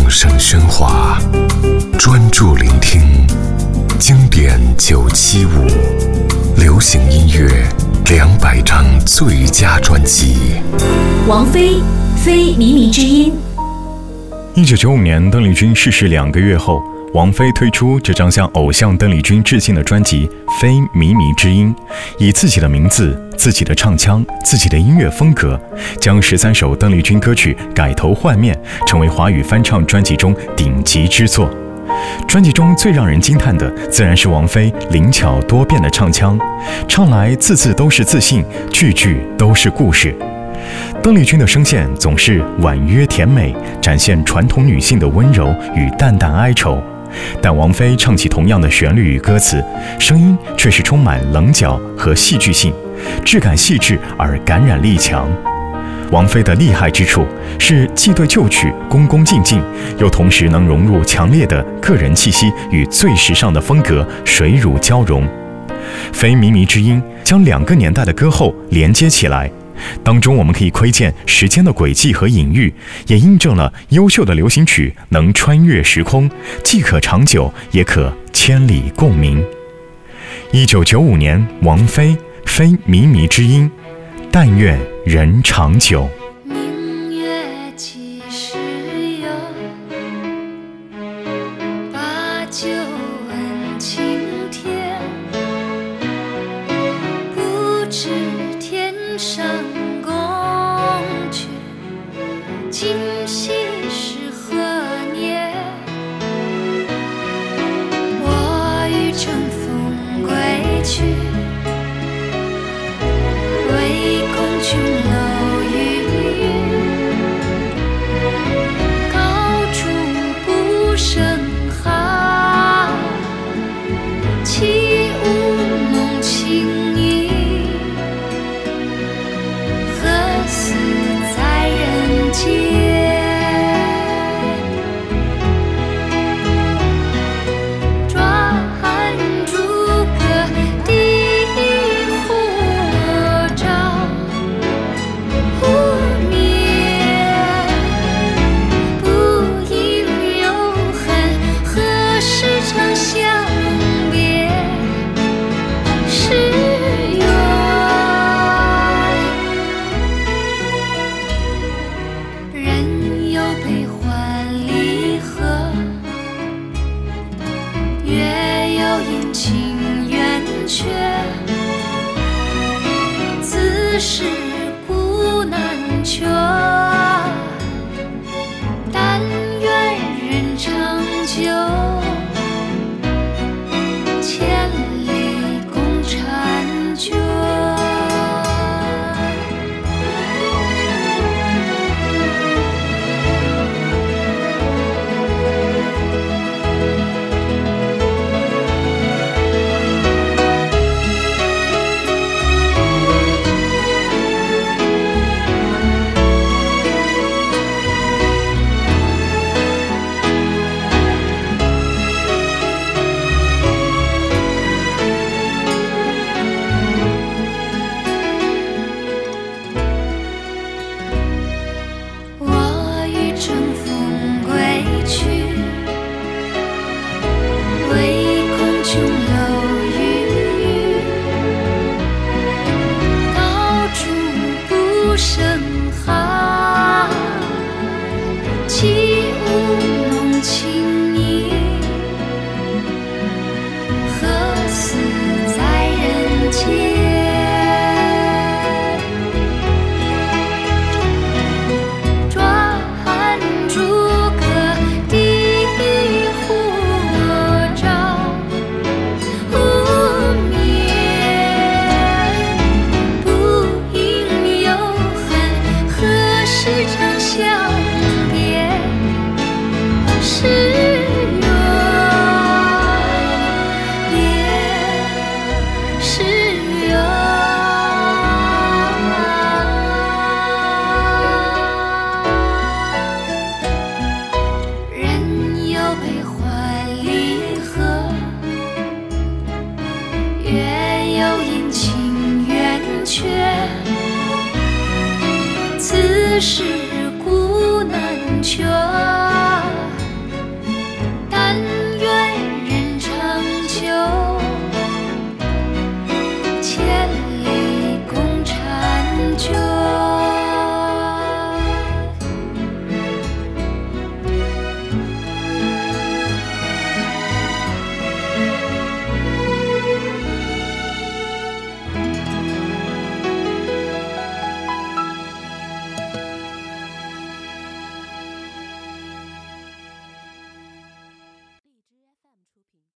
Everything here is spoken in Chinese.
声喧哗，专注聆听经典975，流行音乐200张最佳专辑。 王菲，非靡靡之音。 1995年，邓丽君逝世2个月后，王菲推出这张向偶像邓丽君致敬的专辑《非靡靡之音》，以自己的名字、自己的唱腔、自己的音乐风格，将13首邓丽君歌曲改头换面，成为华语翻唱专辑中顶级之作。专辑中最让人惊叹的，自然是王菲灵巧多变的唱腔，唱来字字都是自信，句句都是故事。邓丽君的声线总是婉约甜美，展现传统女性的温柔与淡淡哀愁，但王菲唱起同样的旋律与歌词，声音却是充满棱角和戏剧性，质感细致而感染力强。王菲的厉害之处是既对旧曲恭恭敬敬，又同时能融入强烈的个人气息与最时尚的风格，水乳交融。非靡靡之音将2个年代的歌后连接起来，当中我们可以窥见时间的轨迹和隐喻，也印证了优秀的流行曲能穿越时空，既可长久，也可千里共鸣。1995年，王菲，非靡靡之音，但愿人长久。 明月几时有？把酒问青天。不知天上宫阙，今夕是何年？我欲乘风归去，唯恐琼楼玉宇，高处不胜寒。起舞弄清影，何似在人间？是古难全，但愿人长久，千里共婵娟。唯恐琼楼玉宇，高处不胜寒。起舞弄清影，何似在人间？长相